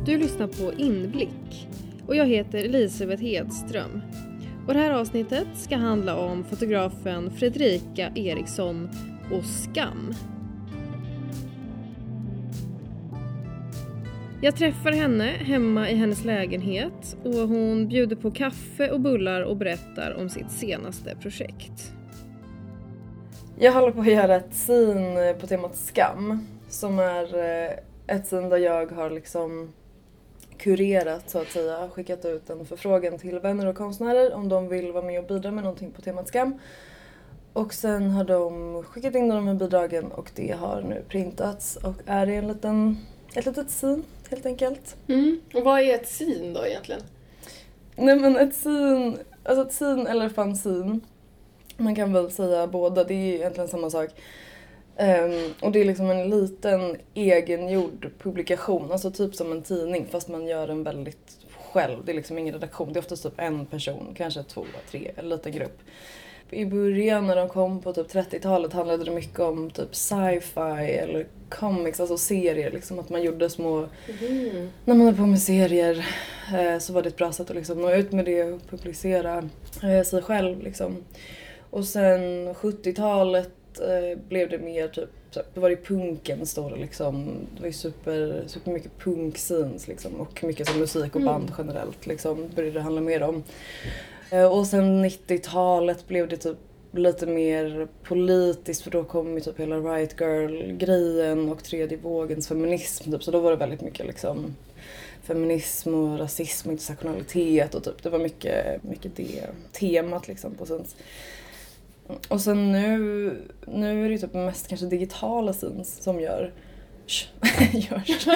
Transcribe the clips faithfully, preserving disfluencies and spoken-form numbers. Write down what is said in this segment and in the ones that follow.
Du lyssnar på Inblick och jag heter Elisabeth Hedström. Och det här avsnittet ska handla om fotografen Fredrika Eriksson och skam. Jag träffar henne hemma i hennes lägenhet och hon bjuder på kaffe och bullar och berättar om sitt senaste projekt. Jag håller på att göra ett scene på temat skam som är ett scene där jag har liksom kurerat så att säga, skickat ut en förfrågan till vänner och konstnärer om de vill vara med och bidra med någonting på temat skam. Och sen har de skickat in de här bidragen och det har nu printats och är en liten, ett litet scene helt enkelt. Mm. Och vad är ett scene då egentligen? Nej men ett scene, alltså ett scene eller fanzine, man kan väl säga båda, det är egentligen samma sak. Um, och det är liksom en liten egengjord publikation, alltså typ som en tidning fast man gör den väldigt själv. Det är liksom ingen redaktion, det är oftast typ en person, kanske två, tre, en liten grupp. I början när de kom på typ trettiotalet handlade det mycket om typ sci-fi eller comics, alltså serier liksom, att man gjorde små, mm. när man höll på med serier eh, så var det ett bra sätt att liksom nå ut med det och publicera eh, sig själv liksom. Och sen sjuttiotalet eh, blev det mer typ, det var i punken står det liksom, det var ju super, super mycket punkscenes liksom och mycket som musik och band mm. generellt liksom började det handla mer om. Och sen nittiotalet blev det typ lite mer politiskt för då kom ju typ hela Riot Girl-grejen och tredje vågens feminism typ. Så då var det väldigt mycket liksom feminism och rasism och intersektionalitet och typ det var mycket, mycket det temat liksom på sens. Och sen nu, nu är det typ mest kanske digitala scenes som gör görs.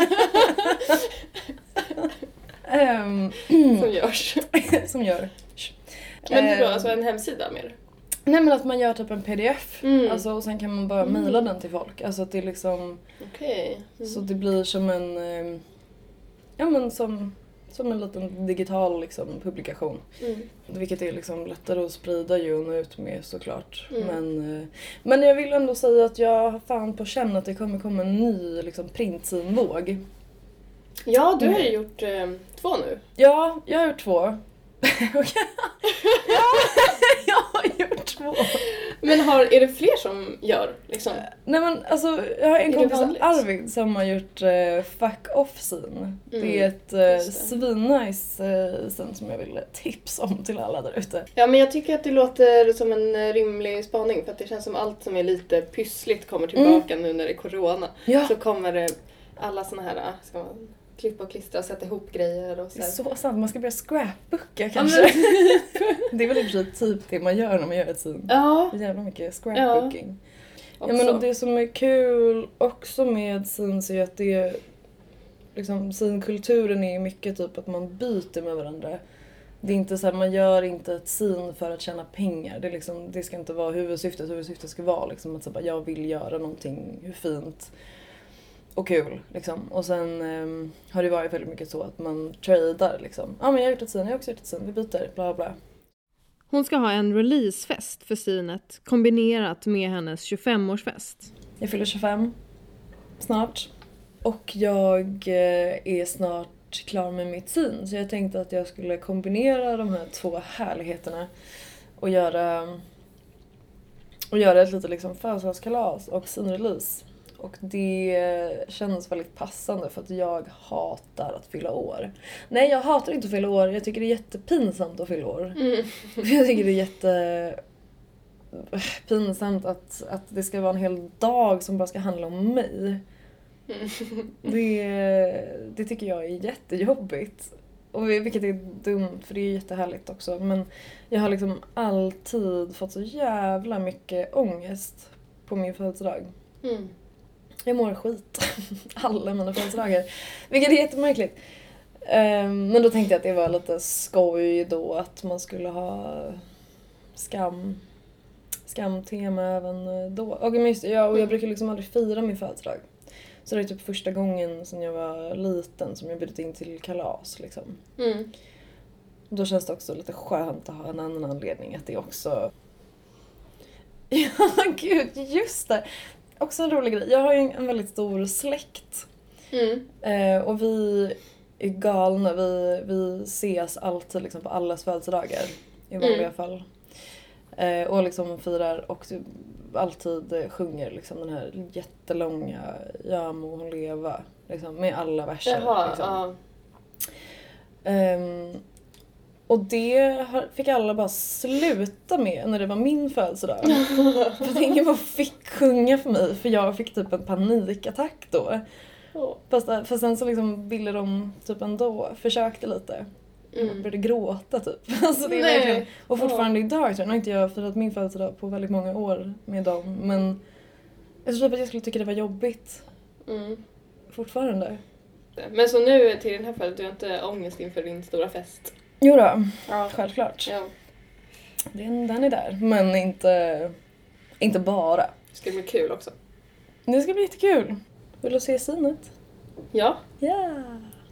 um, som görs. som gör. Men hur då? Alltså en hemsida mer? Nej men att man gör typ en pdf. Mm. Alltså, och sen kan man bara mm. mejla den till folk. Alltså att det är liksom... Okej. Okay. Mm. Så det blir som en... Ja men som, som en liten digital liksom, publikation. Mm. Vilket är liksom lättare att sprida ju och nå ut med såklart. Mm. Men, men jag vill ändå säga att jag har fan på känn att det kommer komma en ny liksom, printscenvåg. Ja, du har ju gjort eh, två nu. Ja, jag har gjort två. ja, jag har gjort två. Men har, är det fler som gör liksom? Nej men alltså, jag har en kompis Arvid som har gjort uh, Fuck Off-scene. Mm, det är ett uh, svinnice uh, scene som jag vill tipsa om till alla där ute. Ja men jag tycker att det låter som en rimlig spaning för att det känns som allt som är lite pyssligt kommer tillbaka mm. nu när det är corona. Ja. Så kommer det alla såna här, ska man klippa och klistra och sätta ihop grejer och så. Det är så sant, man ska börja scrapbooka kanske. Ja, men... det är väl i och för sig typ det man gör när man gör ett scene. Ja. Jävla mycket scrapbooking. Ja, ja men och det som är kul också med scenes är att det liksom, scenkulturen är mycket typ att man byter med varandra. Det är inte så här, man gör inte ett scene för att tjäna pengar. Det, är liksom, det ska inte vara huvudsyftet, huvudsyftet ska vara liksom att så bara, jag vill göra någonting, hur fint och kul liksom. Och sen um, har det varit väldigt mycket så att man tradar liksom. Ja ah, men jag har gjort ett scene, jag har också gjort ett scene, vi byter, bla bla. Hon ska ha en releasefest för scenet kombinerat med hennes tjugofemårsfest. Jag fyller tjugofem snart. Och jag är snart klar med mitt scene. Så jag tänkte att jag skulle kombinera de här två härligheterna och göra och göra ett litet liksom födelsedagskalas och scene-release. Och det känns väldigt passande för att jag hatar att fylla år. Nej, jag hatar inte att fylla år. Jag tycker det är jättepinsamt att fylla år. Mm. Jag tycker det är jättepinsamt att, att det ska vara en hel dag som bara ska handla om mig. Mm. Det, det tycker jag är jättejobbigt. Och vilket är dumt, för det är jättehärligt också. Men jag har liksom alltid fått så jävla mycket ångest på min födelsedag. Mm. Jag mår skit. Alla mina födelsedagar. Vilket är jättemärkligt. Um, men då tänkte jag att det var lite skoj då. Att man skulle ha skam. Skamtema även då. Och just, ja, och jag brukar liksom aldrig fira min födelsedag. Så det är typ första gången sedan jag var liten som jag bjudit in till kalas. Liksom. Mm. Då känns det också lite skönt att ha en annan anledning. Att det också... Ja, gud, just det. Också en rolig grej. Jag har ju en väldigt stor släkt. Mm. Eh, och vi är galna. Vi, vi ses alltid liksom på allas födelsedagar i vanliga mm. fall. Eh, och liksom firar och alltid sjunger liksom den här jättelånga Ja må hon leva liksom, med alla verser. Jaha, liksom. ja. Um, och det fick alla bara sluta med när det var min födelsedag. För att ingen bara fick sjunga för mig för jag fick typ en panikattack då. Oh. Fast, fast sen så liksom ville de typ ändå, försökte lite. Mm. Jag började gråta typ. Alltså det är verkligen, och fortfarande oh. idag tror jag, nu har inte jag firat min födelsedag på väldigt många år med dem. Men jag tror typ att jag skulle tycka det var jobbigt. Mm. Fortfarande. Men så nu till den här fallet, du har inte ångest inför din stora fest? Jo då, ja. Självklart. Ja. Den, den är där, men inte, inte bara. Det ska bli kul också. Det ska bli jättekul. Vill du se synet? Ja. Ja. Yeah.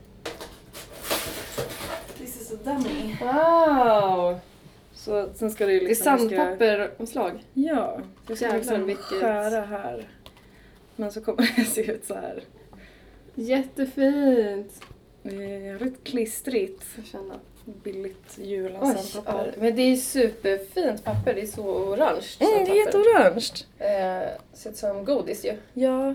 This is a dummy. Wow. Så sen ska det ju liksom... Det är sandpapperomslag. Ja. Jag ska liksom vilket... skära här. Men så kommer det se ut så här. Jättefint. Det är rätt klistrigt. Jag känner. Billigt julasandpapper. Ja, men det är superfint papper. Det är så orange. Mm, det är jätteorange. Eh, ser ut som godis ju. Ja.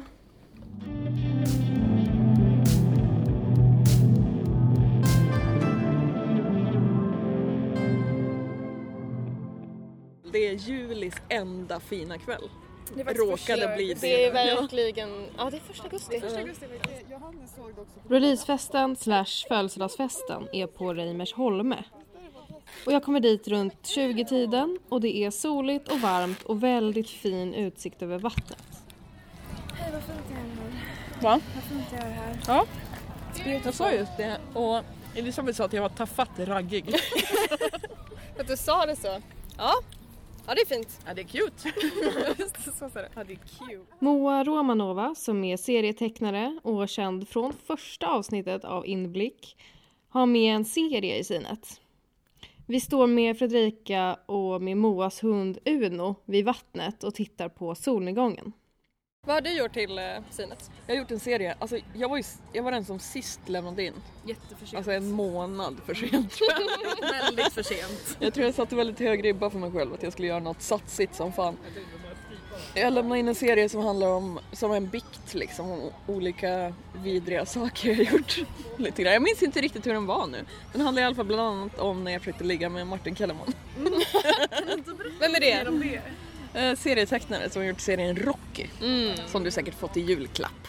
Det är Julis enda fina kväll. Det råkade bli det. Det är verkligen... Ja, det är första augusti. Första augusti. Releasefesten slash födelsedagsfesten är på Reimersholme. Och jag kommer dit runt tjugo-tiden och det är soligt och varmt och väldigt fin utsikt över vattnet. Hej, vad fint jag är här. Va? Vad fint jag är här. Ja, jag sa just det. Och Elisabeth sa att jag var tafatt raggig. Att du sa det så? Ja. Ja, det är fint. Ja, det är cute. Så ser det. Ja, det är cute. Moa Romanova, som är serietecknare och känd från första avsnittet av Inblick, har med en serie i synet. Vi står med Fredrika och med Moas hund Uno vid vattnet och tittar på solnedgången. Vad har du gjort till uh, synet? Jag har gjort en serie. Alltså, jag, var ju, jag var den som sist lämnade in. Jätteförsent. Alltså en månad för sent. Väldigt för sent. Jag tror jag satte väldigt hög ribba för mig själv att jag skulle göra något satsigt som fan. Jag lämnade in en serie som handlar om som en bikt liksom, om olika vidriga saker jag har gjort. Lite grann. Jag minns inte riktigt hur den var nu. Den handlar i alla fall bland annat om när jag försökte ligga med Martin Kellerman. Mm. Vem är det? Uh, serietecknare som har gjort serien Rocky. Mm. Som du säkert fått i julklapp.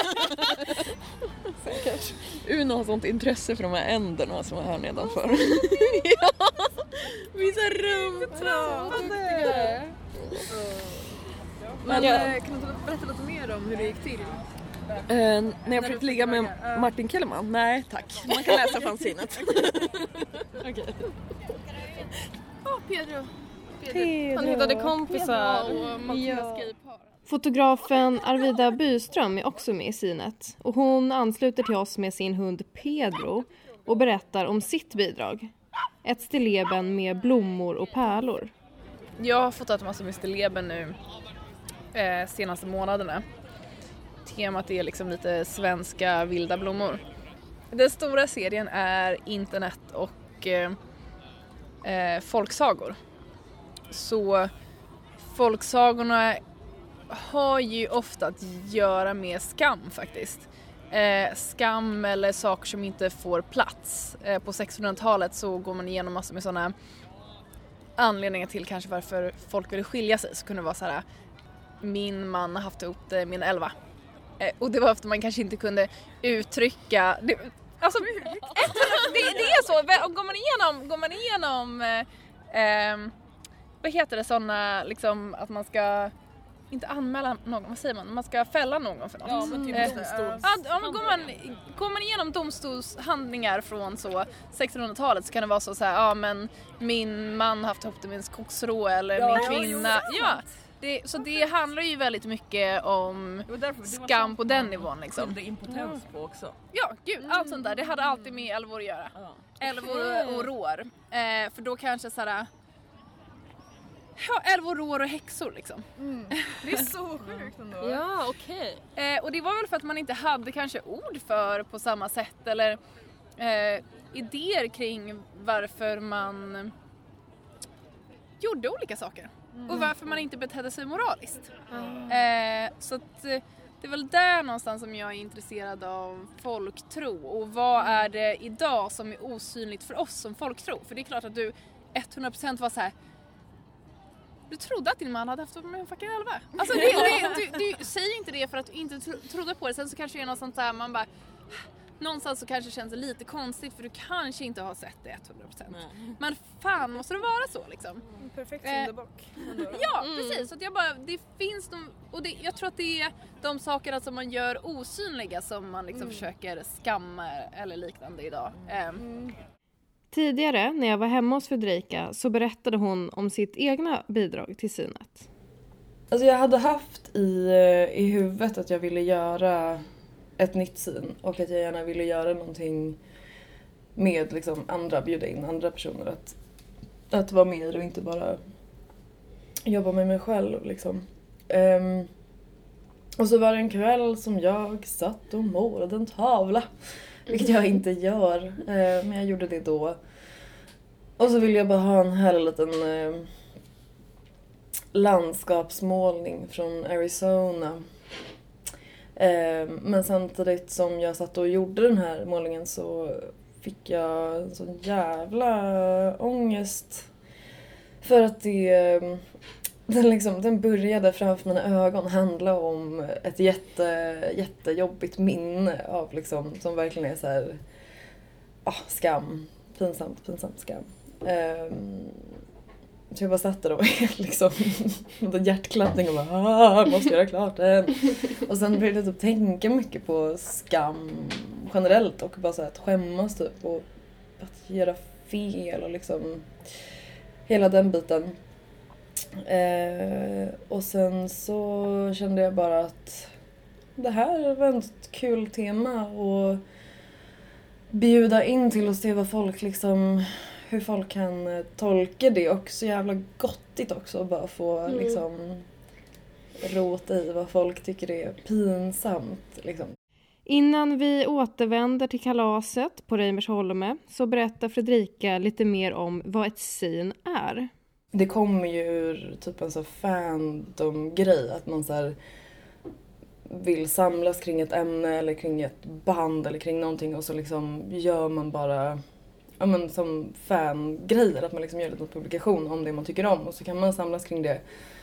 Säkert. Uno har sånt intresse för de här änderna som är här nedanför. Ja, visa rumptrådande. Men ja. Kan du berätta lite mer om hur det gick till? Uh, när jag försökte ligga med Martin Kellerman? Nej, tack. Man kan läsa fanzinet. Okej. Okay. Åh, oh, Pedro. Pedro. Han hittade kompisar och man kunde skriva. Fotografen Arvida Byström är också med i synet och hon ansluter till oss med sin hund Pedro och berättar om sitt bidrag. Ett stilleben med blommor och pärlor. Jag har fotat massor med stilleben nu eh, senaste månaderna. Temat är liksom lite svenska vilda blommor. Den stora serien är internet och eh, eh, folksagor. Så folksagorna har ju ofta att göra med skam faktiskt. Eh, skam eller saker som inte får plats. Eh, på sexhundratalet så går man igenom massor med sådana anledningar till kanske varför folk ville skilja sig. Så kunde det vara så här: min man har haft ihop det min elva. Eh, och det var efter man kanske inte kunde uttrycka... Det, alltså, det, det är så. Går man igenom... Går man igenom eh, eh, vad heter det, sådana liksom att man ska inte anmäla någon, vad säger man? Man ska fälla någon för något. Ja, men typ eh, domstols. ja, ja, men går man går man igenom domstolshandlingar från så sexhundratalet så kan det vara så så här, ja men min man har haft ihop det med en skogsrå eller ja, min kvinna. Ja, ja. Det, så det handlar ju väldigt mycket om skam på den nivån liksom. Det är impotens på också. Ja, gud, allt sånt där. Det hade alltid med älvor att göra. Ja. Älvor och rår. Eh, för då kanske så här. Ja, älvor, rår och häxor liksom. Mm. Det är så sjukt ändå. Ja, okej. Okay. Eh, och det var väl för att man inte hade kanske ord för på samma sätt. Eller eh, idéer kring varför man gjorde olika saker. Mm. Och varför man inte betedde sig moraliskt. Mm. Eh, så att, eh, det är väl där någonstans som jag är intresserad av folktro. Och vad är det idag som är osynligt för oss som folktro? För det är klart att du hundra procent var så här. Du trodde att din man hade haft en fucking elva. Alltså det, det, du, du säger inte det för att du inte tro, trodde på det. Sen så kanske det är något sånt där man bara... Någonstans så kanske det känns lite konstigt för du kanske inte har sett det hundra procent. Men fan, måste det vara så liksom? En perfekt syndabock. Eh, ja, mm. precis. Så att jag bara, det finns de, och det, jag tror att det är de sakerna som man gör osynliga som man liksom mm. försöker skamma eller liknande idag. Mm. Tidigare när jag var hemma hos Fredrika så berättade hon om sitt egna bidrag till synet. Alltså jag hade haft i, i huvudet att jag ville göra ett nytt syn och att jag gärna ville göra någonting med liksom andra, bjuda in andra personer att, att vara med och inte bara jobba med mig själv liksom. Um, och så var det en kväll som jag satt och målade en tavla, vilket jag inte gör, uh, men jag gjorde det då. Och så ville jag bara ha en härlig liten uh, landskapsmålning från Arizona. Men samtidigt som jag satt och gjorde den här målningen så fick jag en sån jävla ångest. För att det, den, liksom, den började framför mina ögon handla om ett jätte, jättejobbigt minne av liksom, som verkligen är så här, ah, skam, pinsamt, pinsamt skam. Um, Så jag bara satt där och liksom med hjärtklappning och bara ah, jag måste göra klart den. Och sen började jag typ tänka mycket på skam generellt och bara så att skämmas typ och att göra fel och liksom hela den biten. Eh, och sen så kände jag bara att det här var ett kul tema och bjuda in till och se vad folk liksom, hur folk kan tolka det och så jävla gottigt också bara få mm. liksom rota i vad folk tycker är pinsamt liksom. Innan vi återvänder till kalaset på Reimersholme så berättar Fredrika lite mer om vad ett syn är. Det kommer ju ur typ en så fandom-grej att man så här vill samlas kring ett ämne eller kring ett band eller kring någonting och så liksom gör man bara ja, men som fangrejer, att man liksom gör en publikation om det man tycker om och så kan man samlas kring det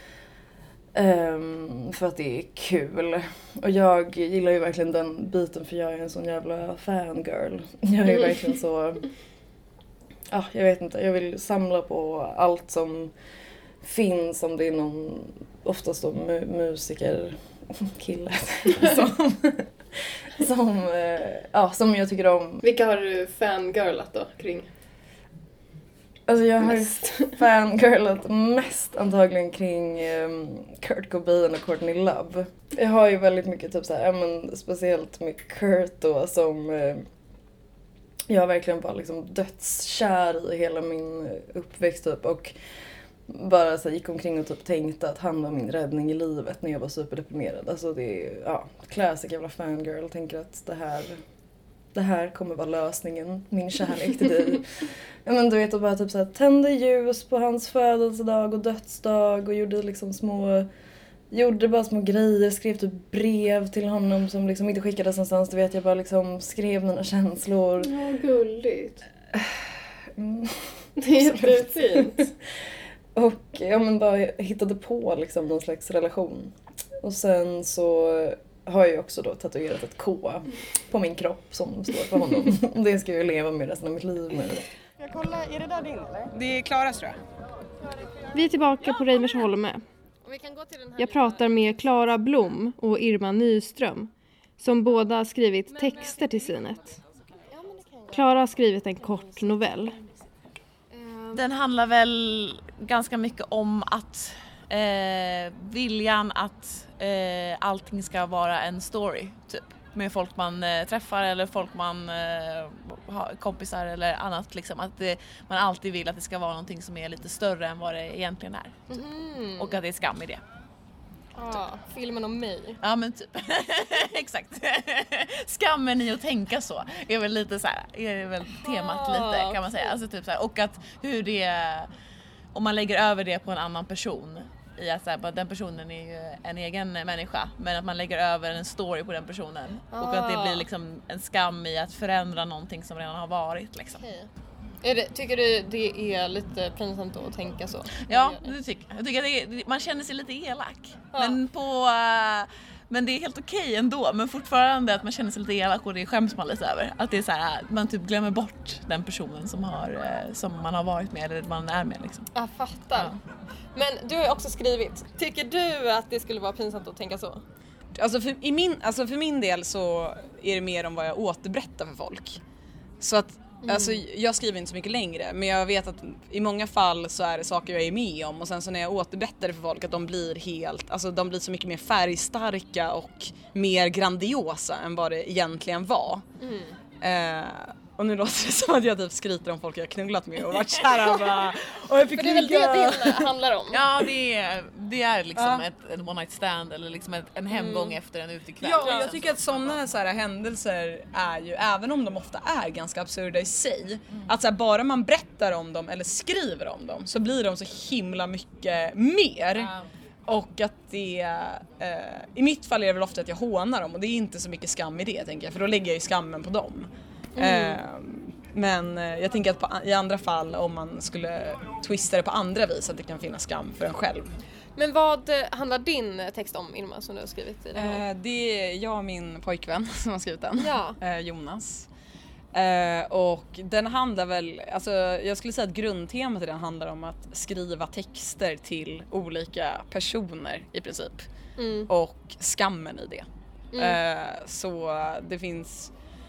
um, för att det är kul. Och jag gillar ju verkligen den biten för jag är en sån jävla fangirl. Jag är ju verkligen så, ja, jag vet inte, jag vill samla på allt som finns, om det är någon, oftast då mu- musiker kille som, som, ja, som jag tycker om. Vilka har du fangirlat då kring? Alltså jag har fangirlat mest antagligen kring um, Kurt Cobain och Courtney Love. Jag har ju väldigt mycket typ så här, ja, men speciellt med Kurt då som uh, jag har verkligen bara liksom dödskär i hela min uppväxt typ och bara så gick omkring och typ tänkte att han var min räddning i livet när jag var superdeprimerad. Alltså det är, ja, classic jävla fangirl. Tänker att det här, det här kommer vara lösningen, min kärlek till dig. Ja, men du vet, och bara typ så här, tände ljus på hans födelsedag och dödsdag och gjorde liksom små, gjorde bara små grejer, skrev typ brev till honom som liksom inte skickades någonstans. Du vet, jag bara liksom skrev mina känslor. Ja, gulligt. Mm. Det är jättefint. Och ja, men bara hittade på liksom någon slags relation. Och sen så har jag också då tatuerat ett K på min kropp som står för honom. Det ska jag leva med resten av mitt liv med. Jag kollar, är det där din eller? Det är Klaras tror jag. Vi är tillbaka på Reimersholme. Jag pratar med Klara Blom och Irma Nyström som båda har skrivit texter till synet. Klara har skrivit en kort novell. Den handlar väl ganska mycket om att eh, viljan att eh, allting ska vara en story typ. Med folk man eh, träffar eller folk man eh, har kompisar eller annat liksom. Att det, man alltid vill att det ska vara någonting som är lite större än vad det egentligen är. Typ. Mm. Och att det är skam i det. Ah, typ. Filmen om mig. Ja men typ. Exakt. Skammen i att tänka så är väl lite så här, är väl temat lite kan man säga. Alltså typ så här, och att hur det, om man lägger över det på en annan person, i att så här, den personen är ju en egen människa, men att man lägger över en story på den personen ah. och att det blir liksom en skam i att förändra någonting som redan har varit liksom. Okay. Är det, tycker du det är lite pinsamt att tänka så? Ja, det tycker jag. Jag tycker att det är, man känner sig lite elak. Ja. Men, på, uh, men det är helt okej okay ändå. Men fortfarande att man känner sig lite elak och det skäms man lite över. Att det är så här, man typ glömmer bort den personen som, har, uh, som man har varit med eller man är med. Liksom. Jag fattar. Ja. Men du har ju också skrivit. Tycker du att det skulle vara pinsamt att tänka så? Alltså för, i min, alltså för min del så är det mer om vad jag återberättar för folk. Så att Mm. Alltså, jag skriver inte så mycket längre, men jag vet att i många fall så är det saker jag är med om och sen så när jag återberättar det för folk att de blir helt, alltså de blir så mycket mer färgstarka och mer grandiosa än vad det egentligen var. Mm. Eh, och nu låter det som att jag typ skryter om folk jag har knullat med och varit kära och bara, och jag fick för det är väl det det handlar om? Ja, det är, det är liksom ja. ett, ett one night stand eller liksom ett, en hemgång mm. efter en utekväll. Ja, och jag tycker att sådana så här händelser är ju, även om de ofta är ganska absurda i sig, mm. att så här, bara man berättar om dem eller skriver om dem så blir de så himla mycket mer. Ja. Och att det, eh, i mitt fall är det väl ofta att jag hånar dem och det är inte så mycket skam i det tänker jag, för då lägger jag ju skammen på dem. Mm. Eh, men jag tänker att på, i andra fall om man skulle twista det på andra vis att det kan finnas skam för en själv. Men vad handlar din text om, Irma, som du har skrivit i den här? Eh, det är jag och min pojkvän som har skrivit den, ja. eh, Jonas. Eh, och den handlar väl, alltså jag skulle säga att grundtemat i den handlar om att skriva texter till olika personer i princip. Mm. Och skammen i det. Mm. Eh, så det finns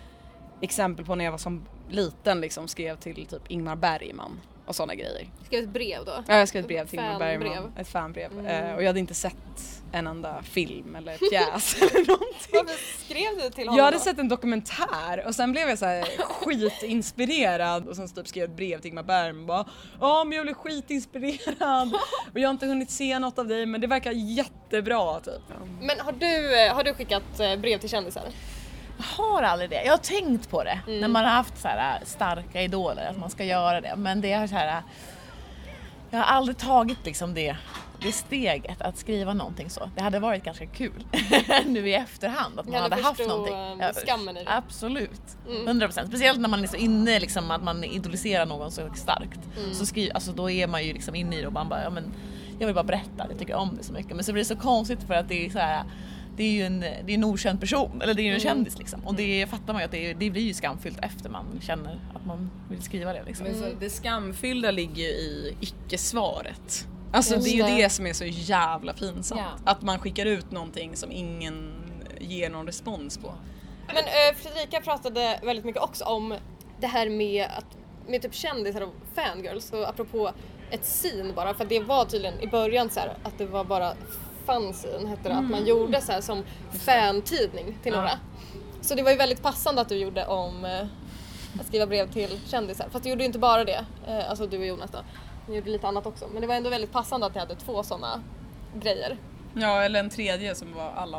exempel på när jag var som liten liksom skrev till typ Ingmar Bergman och sådana grejer. Skrev ett brev då? Ja, jag skrev ett brev till Ingmar Bergman. Ett fanbrev. Mm. Eh, och jag hade inte sett en enda film eller pjäs eller någonting. Varför skrev du till honom? Jag hade då? sett en dokumentär och sen blev jag så här skitinspirerad och sen typ skrev ett brev till Ingmar Bergman och bara, ja men jag blev skitinspirerad och jag har inte hunnit se något av dig men det verkar jättebra typ. Men har du, har du skickat brev till kändisar? Jag har aldrig det. Jag har tänkt på det mm. när man har haft så här starka idoler att man ska göra det, men det är så här, jag har aldrig tagit liksom det det steget att skriva någonting så. Det hade varit ganska kul nu i efterhand att man hade haft någonting. Ja, skammen i det. Absolut. Mm. hundra procent. Speciellt när man är så inne liksom att man idoliserar någon så starkt. Mm. Så skriv, alltså då är man ju liksom inne i det och man bara ja men jag vill bara berätta, jag tycker om det så mycket, men så blir det så konstigt för att det är så här. Det är ju en, det är en okänd person, eller det är ju en mm. kändis liksom. Och det fattar man ju att det, det blir ju skamfyllt efter man känner att man vill skriva det liksom. Men så, det skamfyllda ligger ju i icke-svaret. Alltså Just det är ju det. det som är så jävla pinsamt. Ja. Att man skickar ut någonting som ingen ger någon respons på. Men äh, Fredrika pratade väldigt mycket också om det här med, att, med typ kändisar och fangirls. Så apropå ett scene bara, för det var tydligen i början så här, att det var bara fanzine hette det, mm. att man gjorde så här som fantidning till några. Ja. Så det var ju väldigt passande att du gjorde om eh, att skriva brev till kändisar. Fast du gjorde ju inte bara det, eh, alltså du och Jonas då. Ni gjorde lite annat också. Men det var ändå väldigt passande att ni hade två sådana grejer. Ja, eller en tredje som var Allan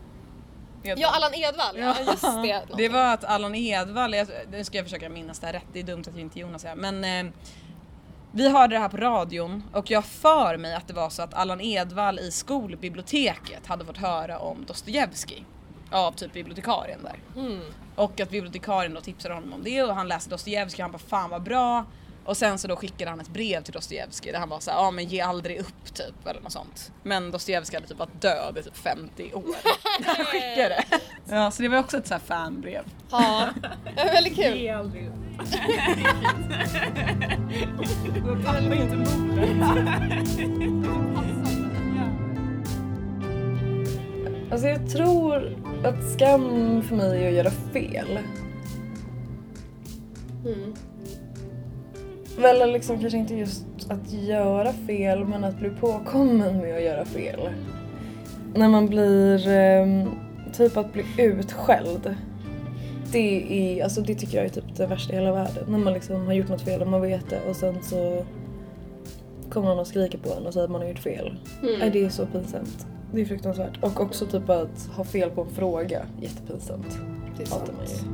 Edvall. Ja, Allan Edvall. Ja, ja just det. Det var att Allan Edvall, jag, nu ska jag försöka minnas det här rätt, det är dumt att jag inte Jonas säger. Men eh, vi hörde det här på radion och jag för mig att det var så att Allan Edvall i skolbiblioteket hade fått höra om Dostojevskij av typ bibliotekarien där. Mm. Och att bibliotekarien då tipsade honom om det och han läste Dostojevskij och han bara fan vad bra. Och sen så då skickade han ett brev till Dostojevskij där han var så här, ja men ge aldrig upp typ eller något sånt. Men Dostojevskij hade typ varit död i typ femtio år när han skickade. Ja, så det var också ett så här fanbrev. Ja, det var väldigt kul. Ge aldrig upp. Då tappar inte modet. Alltså jag tror att skam för mig är att göra fel. Mm. Väl liksom kanske inte just att göra fel, men att bli påkommen med att göra fel. När man blir eh, typ att bli utskälld. Det är, alltså det tycker jag är typ det värsta i hela världen. När man liksom har gjort något fel och man vet det och sen så kommer någon och skriker på en och säger att man har gjort fel. Mm. Nej, det är så pinsamt. Det är fruktansvärt. Och också typ att ha fel på en fråga. Jättepinsamt. Det är sant.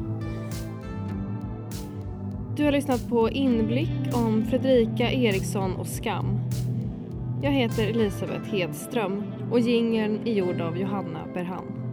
Du har lyssnat på Inblick om Fredrika Eriksson och skam. Jag heter Elisabeth Hedström och jingeln är gjord av Johanna Berhan.